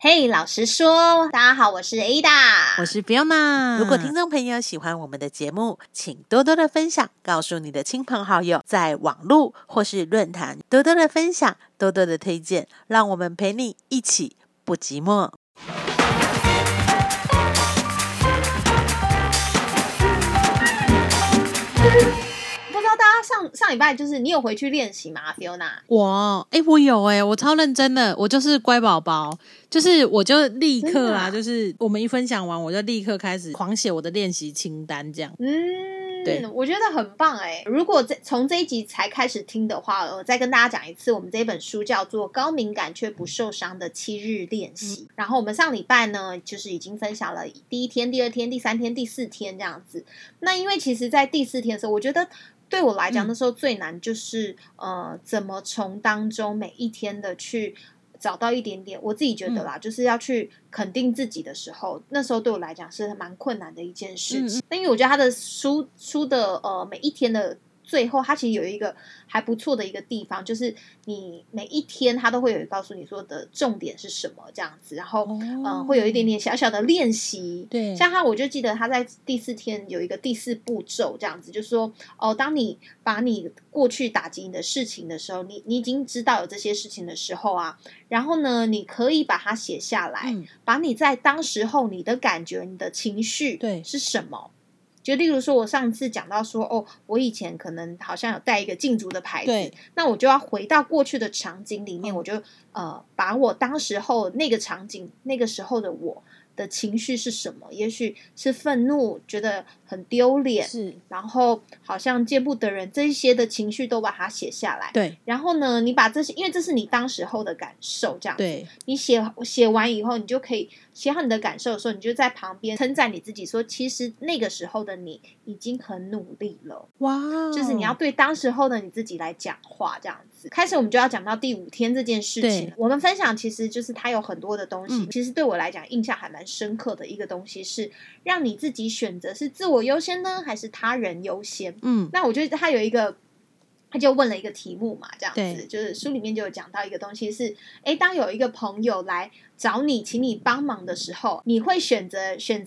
嘿，老实说，大家好，我是 Ada， 我是 Fiona。如果听众朋友喜欢我们的节目，请多多的分享，告诉你的亲朋好友，在网络或是论坛多多的分享，多多的推荐，让我们陪你一起不寂寞。 不知道大家上礼拜就是你有回去练习吗 Fiona？ 我有我超认真的，我就是乖宝宝，就是我就立刻就是我们一分享完，我就立刻开始狂写我的练习清单，这样。对， 我觉得很棒如果从这一集才开始听的话，我再跟大家讲一次，我们这本书叫做《高敏感却不受伤的7日练习》。然后我们上礼拜呢，就是已经分享了第一天、第二天、第三天、第四天这样子。那因为其实在第4天的时候，我觉得对我来讲那时候最难就是怎么从当中每一天的去找到一点点，我自己觉得啦，就是要去肯定自己的时候，那时候对我来讲是蛮困难的一件事情。那因为我觉得他的书的每一天的最后，它其实有一个还不错的一个地方，就是你每一天他都会有告诉你说的重点是什么这样子，然后会有一点点小小的练习。 对， 像我就记得他在第4天有一个第4步骤这样子，就是说当你把你过去打击你的事情的时候，你已经知道有这些事情的时候啊，然后呢你可以把它写下来，把你在当时候你的感觉、你的情绪是什么。就例如说我上次讲到说我以前可能好像有带一个禁足的牌子，那我就要回到过去的场景里面，我就把我当时候那个场景那个时候的我的情绪是什么，也许是愤怒，觉得很丢脸，是，然后好像见不得人，这一些的情绪都把它写下来。对，然后呢你把这些，因为这是你当时候的感受这样子，对，你写完以后，你就可以写好你的感受的时候，你就在旁边称赞你自己说，其实那个时候的你已经很努力了。哇，就是你要对当时候的你自己来讲话这样子。开始我们就要讲到第5天这件事情，我们分享其实就是它有很多的东西，其实对我来讲印象还蛮深刻的一个东西是让你自己选择是自我优先呢还是他人优先。那我觉得他有一个，他就问了一个题目嘛，这样子，就是书里面就有讲到一个东西是，当有一个朋友来找你请你帮忙的时候，你会选择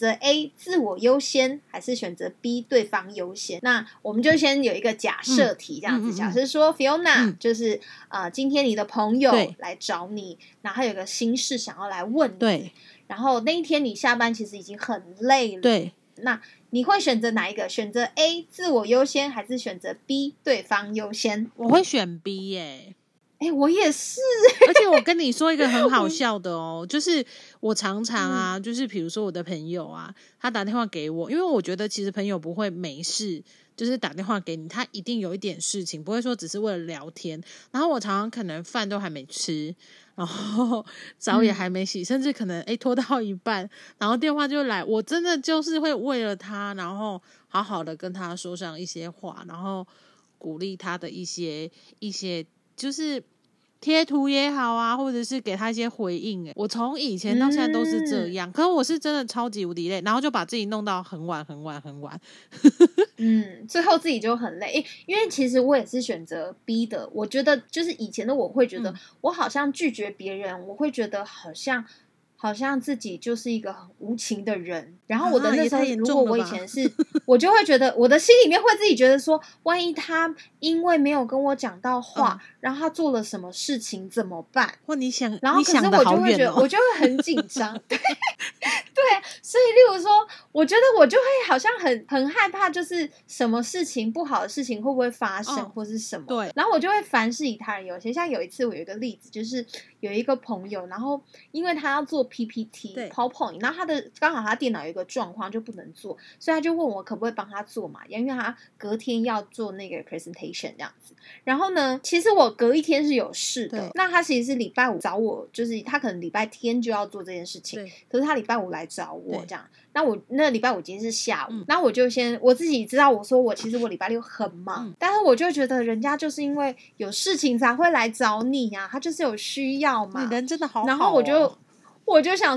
A 自我优先还是选择 B 对方优先。那我们就先有一个假设题这样子，假设说 Fiona 就是今天你的朋友来找你，然后有个心事想要来问你，对，然后那一天你下班其实已经很累了，对，那你会选择哪一个？选择 A 自我优先还是选择 B 对方优先？ 我会选 B 耶。 我也是而且我跟你说一个很好笑的就是我常常就是比如说我的朋友他打电话给我，因为我觉得其实朋友不会没事就是打电话给你，他一定有一点事情，不会说只是为了聊天。然后我常常可能饭都还没吃，然后澡也还没洗，甚至可能拖到一半，然后电话就来，我真的就是会为了他，然后好好的跟他说上一些话，然后鼓励他的一些就是贴图也好或者是给他一些回应。我从以前到现在都是这样，可是我是真的超级无敌累，然后就把自己弄到很晚很晚很晚最后自己就很累。因为其实我也是选择 B 的，我觉得就是以前的我会觉得我好像拒绝别人，我会觉得好像自己就是一个很无情的人，然后我的那时候如果我以前是我就会觉得我的心里面会自己觉得说，万一他因为没有跟我讲到话，然后他做了什么事情怎么办？然后可是我就会觉得我就会很紧张对，所以例如说我觉得我就会好像很害怕，就是什么事情不好的事情会不会发生或是什么，对，然后我就会凡事以他人优先。像有一次我有一个例子，就是有一个朋友，然后因为他要做 PPT PowerPoint， 然后刚好他电脑有一个状况就不能做，所以他就问我可不可以帮他做嘛，因为他隔天要做那个 presentation 这样子。然后呢其实我隔一天是有事的，那他其实是礼拜5找我，就是他可能礼拜天就要做这件事情，可是他礼拜5来找我这样。那我那礼拜5今天是下午，那我就我自己知道，我说其实我礼拜6很忙，但是我就觉得人家就是因为有事情才会来找你他就是有需要嘛， 你人真的好好然后我就想说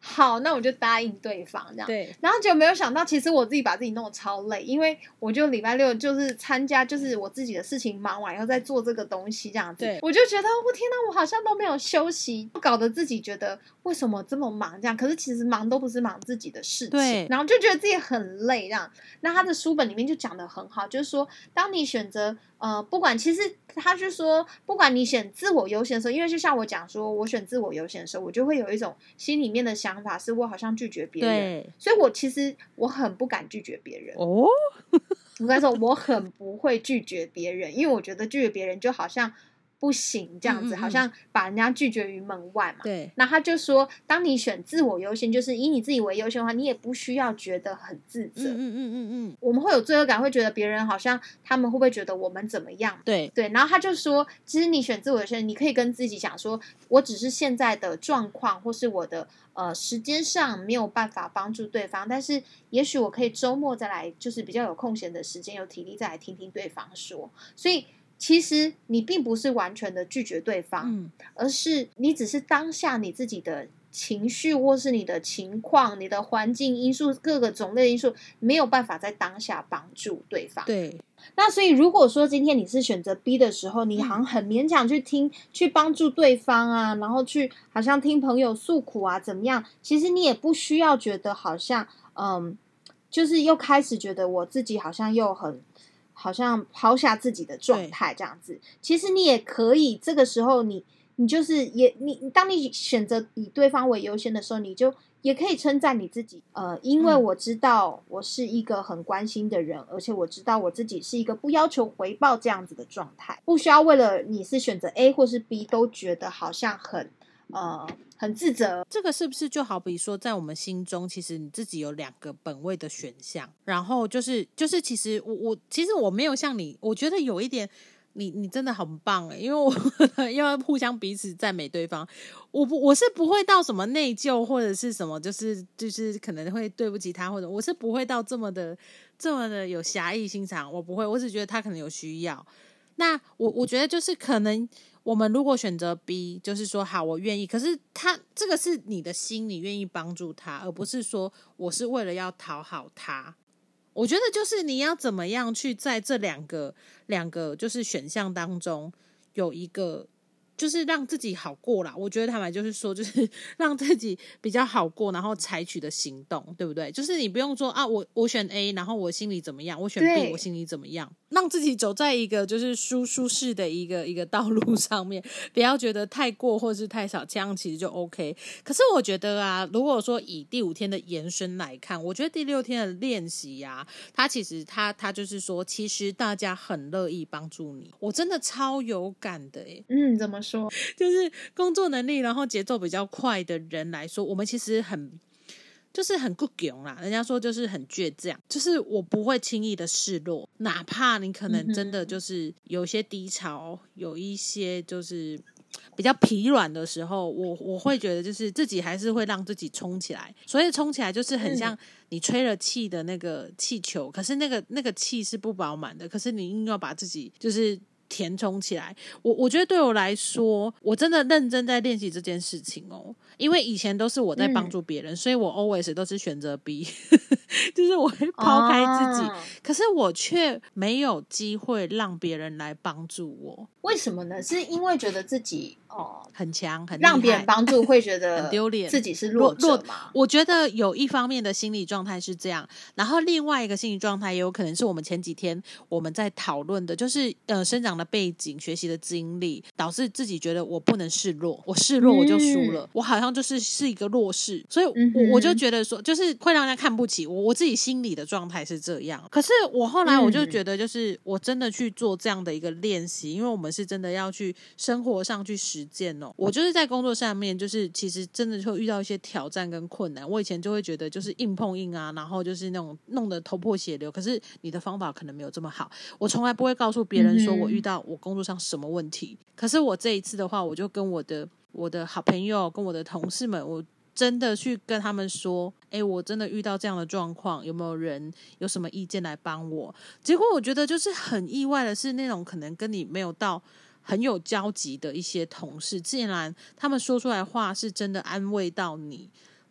好，那我就答应对方这样。 对， 然后就没有想到，其实我自己把自己弄得超累，因为我就礼拜六就是参加，就是我自己的事情忙完以后再做这个东西这样子。 对， 我就觉得我天哪，我好像都没有休息，搞得自己觉得为什么这么忙这样？可是其实忙都不是忙自己的事情， 对， 然后就觉得自己很累这样。那他的书本里面就讲得很好，就是说，当你选择不管，其实他是说，不管你选自我优先的时候，因为就像我讲说，我选自我优先的时候，我就会有一种心里面的想法，是我好像拒绝别人， 对， 所以我其实我很不敢拒绝别人。 哦， 我跟你说，我很不会拒绝别人，因为我觉得拒绝别人就好像不行这样子，好像把人家拒绝于门外嘛。 对， 那他就说，当你选自我优先，就是以你自己为优先的话，你也不需要觉得很自责。我们会有罪恶感，会觉得别人好像他们会不会觉得我们怎么样？ 对， 然后他就说，其实你选自我优先，你可以跟自己讲说，我只是现在的状况，或是我的时间上没有办法帮助对方，但是也许我可以周末再来，就是比较有空闲的时间，有体力再来听听对方说。所以其实你并不是完全的拒绝对方，而是你只是当下你自己的情绪或是你的情况、你的环境因素、各个种类因素没有办法在当下帮助对方。 对， 那所以如果说今天你是选择 B 的时候，你好像很勉强去听、去帮助对方啊，然后去好像听朋友诉苦啊，怎么样？其实你也不需要觉得好像就是又开始觉得我自己好像又好像抛下自己的状态这样子。其实你也可以，这个时候你就是当你选择以对方为优先的时候，你就也可以称赞你自己。因为我知道我是一个很关心的人，而且我知道我自己是一个不要求回报这样子的状态，不需要为了你是选择 A 或是 B 都觉得好像很自责。 这个是不是就好比说，在我们心中，其实你自己有2个本位的选项，然后就是其实我没有像你，我觉得有一点你真的很棒因为我要互相彼此赞美对方，我是不会到什么内疚或者是什么，就是可能会对不起他，或者我是不会到这么的有侠义心肠，我不会，我只觉得他可能有需要。那我觉得就是可能我们如果选择 B， 就是说好我愿意，可是他这个是你的心，你愿意帮助他，而不是说我是为了要讨好他。我觉得就是你要怎么样去在这两个就是选项当中有一个就是让自己好过啦。我觉得坦白就是说，就是让自己比较好过，然后采取的行动，对不对？就是你不用说啊，我选 A， 然后我心里怎么样，我选 B， 我心里怎么样，让自己走在一个就是舒适的一个道路上面，不要觉得太过或是太少，这样其实就 OK。可是我觉得啊，如果说以第5天的延伸来看，我觉得第6天的练习啊，它其实它就是说，其实大家很乐意帮助你，我真的超有感的怎么说？ 就是工作能力然后节奏比较快的人来说，我们其实就是很固强啦，人家说就是很倔强，就是我不会轻易的示弱，哪怕你可能真的就是有一些低潮，有一些就是比较疲软的时候，我会觉得就是自己还是会让自己冲起来。所以冲起来就是很像你吹了气的那个气球，可是那个气是不饱满的，可是你硬要把自己就是填充起来。我觉得对我来说，我真的认真在练习这件事情因为以前都是我在帮助别人，所以我 always 都是选择 B 就是我会抛开自己可是我却没有机会让别人来帮助我。 为什么呢？是因为觉得自己很强很厉害， 让别人帮助会觉得很丢脸， 自己是弱者吗？ 我觉得有一方面的心理状态是这样，然后另外一个心理状态也有可能是我们前几天我们在讨论的，就是生长的背景、学习的经历，导致自己觉得我不能示弱，我示弱我就输了，我好像就是一个弱势，所以我就觉得说，就是会让人家看不起我。我自己心里的状态是这样，可是我后来我就觉得，就是我真的去做这样的一个练习，因为我们是真的要去生活上去实践我就是在工作上面，就是其实真的会遇到一些挑战跟困难。我以前就会觉得就是硬碰硬啊，然后就是那种弄得头破血流，可是你的方法可能没有这么好。我从来不会告诉别人说我遇到我工作上什么问题，可是我这一次的话，我就跟我的好朋友跟我的同事们，我真的去跟他们说，我真的遇到这样的状况，有没有人有什么意见来帮我？结果我觉得就是很意外的是，那种可能跟你没有到很有交集的一些同事，竟然他们说出来的话是真的安慰到你，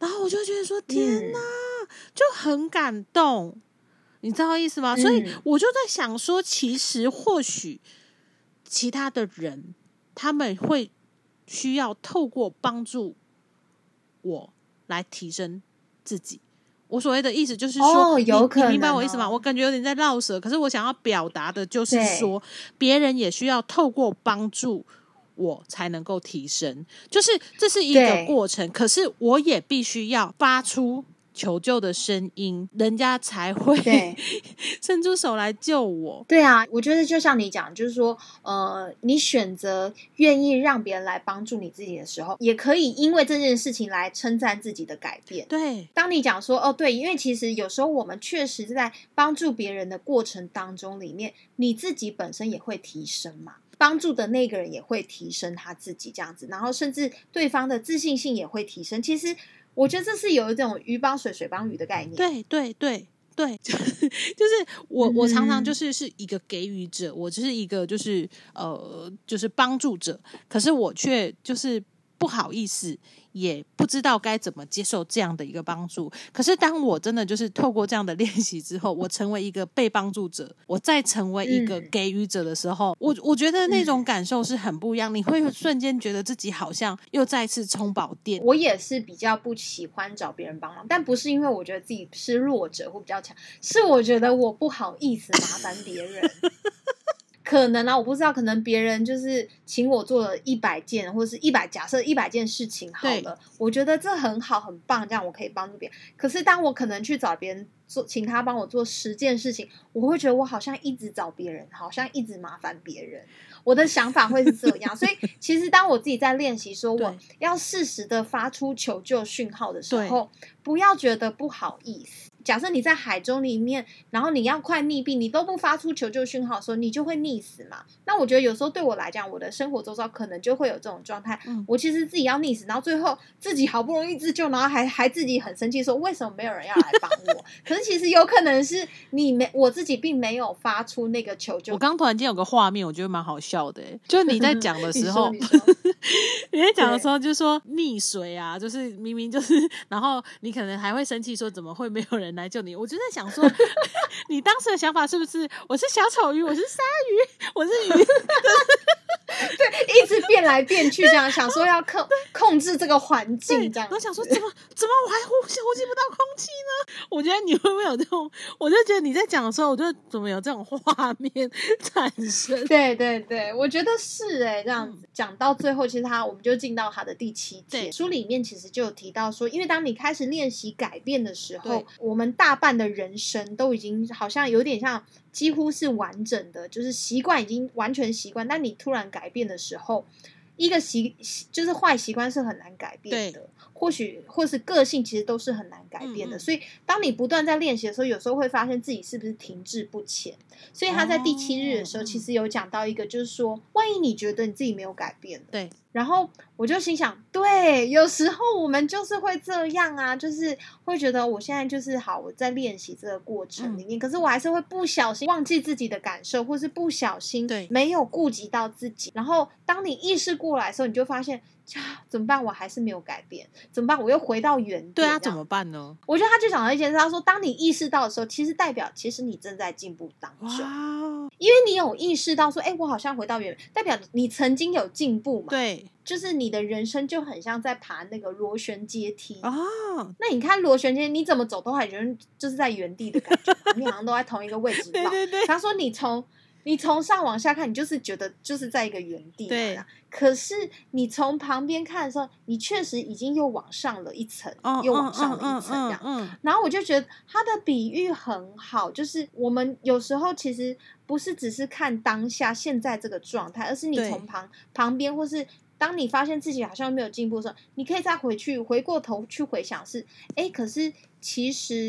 然后我就觉得说天哪，就很感动，你知道意思吗？所以我就在想说，其实或许其他的人他们会需要透过帮助我来提升自己。我所谓的意思就是说， 有可能你明白我意思吗？我感觉有点在绕舌，可是我想要表达的就是说，别人也需要透过帮助我才能够提升，就是这是一个过程，可是我也必须要发出求救的声音，人家才会伸出手来救我。 对啊，我觉得就像你讲，就是说你选择愿意让别人来帮助你自己的时候，也可以因为这件事情来称赞自己的改变。 对， 当你讲说对，因为其实有时候我们确实在帮助别人的过程当中里面，你自己本身也会提升嘛，帮助的那个人也会提升他自己这样子，然后甚至对方的自信心也会提升。其实我觉得这是有一种鱼帮水，水帮鱼的概念。 对对对对，就是我常常是一个给予者，我就是一个就是帮助者，可是我却就是不好意思，也不知道该怎么接受这样的一个帮助。可是当我真的就是透过这样的练习之后，我成为一个被帮助者，我再成为一个给予者的时候，我觉得那种感受是很不一样，你会瞬间觉得自己好像又再次充饱电。 我也是比较不喜欢找别人帮忙，但不是因为我觉得自己是弱者或比较强，是我觉得我不好意思麻烦别人。可能啊，我不知道，可能别人就是请我做了100件，或是假设100件事情好了，我觉得这很好很棒，这样我可以帮助别人。可是当我可能去找别人请他帮我做10件事情，我会觉得我好像一直找别人，好像一直麻烦别人，我的想法会是这样。所以其实当我自己在练习说我要适时的发出求救讯号的时候，不要觉得不好意思。假设你在海中里面，然后你要快溺毙，你都不发出求救讯号的时候，你就会溺死嘛。那我觉得有时候对我来讲，我的生活周遭可能就会有这种状态，我其实自己要溺死，然后最后自己好不容易自救，然后还自己很生气说为什么没有人要来帮我。可是其实有可能是我自己并没有发出那个求救。 我刚突然间有个画面，我觉得蛮好笑的，就是你在讲的时候你说你在讲的时候就说溺水啊，就是明明就是然后你可能还会生气说怎么会没有人来救你。我就在想说你当时的想法是不是我是小丑鱼，我是鲨鱼，我是鱼对，一直变来变去这样，想说要控制这个环境这样。 我想说怎么我还呼吸不到空气呢？我觉得你会不会有这种，我就觉得你在讲的时候，我就怎么有这种画面产生。 对对对，我觉得是这样子。讲到最后，其实我们就进到他的第7节，书里面其实就有提到说，因为当你开始练习改变的时候，我们大半的人生都已经好像有点像几乎是完整的，就是习惯已经完全习惯，但你突然改变的时候，一个就是坏习惯是很难改变的，或是个性其实都是很难改变的。所以当你不断在练习的时候，有时候会发现自己是不是停滞不前。所以他在第7日的时候，其实有讲到一个，就是说，万一你觉得你自己没有改变， 对。 然后我就心想，对，有时候我们就是会这样啊，就是会觉得我现在就是好，我在练习这个过程里面，可是我还是会不小心忘记自己的感受，或是不小心没有顾及到自己。然后当你意识过来的时候，你就发现怎么办？我还是没有改变，怎么办？我又回到原点。 对啊，怎么办呢？ 我觉得他就讲到一件事，他说，当你意识到的时候，其实代表其实你正在进步当中。因为你有意识到说，我好像回到原点，代表你曾经有进步嘛。 对， 就是你的人生就很像在爬那个螺旋阶梯那你看螺旋阶梯，你怎么走都还觉得就是在原地的感觉你好像都在同一个位置。 对。 他说你从上往下看，你就是觉得就是在一个原地对。 可是你从旁边看的时候，你确实已经又往上了一层，又往上了一层这样。然后我就觉得他的比喻很好，就是我们有时候其实不是只是看当下现在这个状态，而是你从旁边，或是当你发现自己好像没有进步的时候，你可以再回过头去回想是，可是其实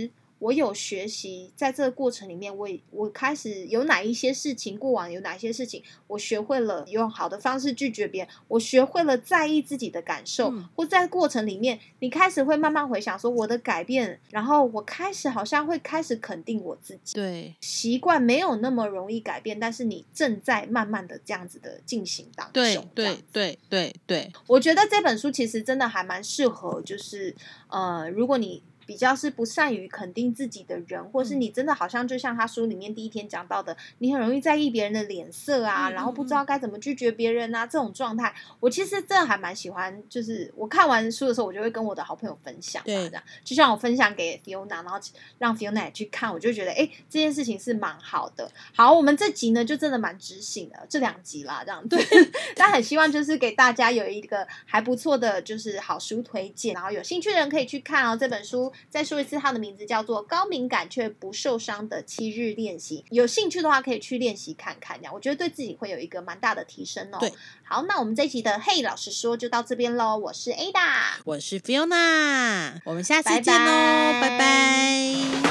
我有学习，在这个过程里面我开始有哪一些事情，过往有哪些事情我学会了用好的方式拒绝别人，我学会了在意自己的感受，或在过程里面你开始会慢慢回想说我的改变，然后我开始好像会开始肯定我自己。 对， 习惯没有那么容易改变，但是你正在慢慢的这样子的进行当中。 对对对对对， 我觉得这本书其实真的还蛮适合，就是如果你比较是不善于肯定自己的人，或是你真的好像就像他书里面第一天讲到的，你很容易在意别人的脸色啊，然后不知道该怎么拒绝别人啊，这种状态，我其实真的还蛮喜欢，就是我看完书的时候，我就会跟我的好朋友分享，对，这样就像我分享给 Fiona， 然后让 Fiona 也去看，我就觉得这件事情是蛮好的。好，我们这集呢就真的蛮知性的，这2集啦，这样子，但很希望就是给大家有一个还不错的就是好书推荐，然后有兴趣的人可以去看哦。这本书再说一次，它的名字叫做《高敏感却不受伤的7日练习》，有兴趣的话可以去练习看看，这样我觉得对自己会有一个蛮大的提升哦。 对， 好，那我们这一集的嘿老实说就到这边咯，我是 Ada， 我是 Fiona， 我们下次见咯，拜拜。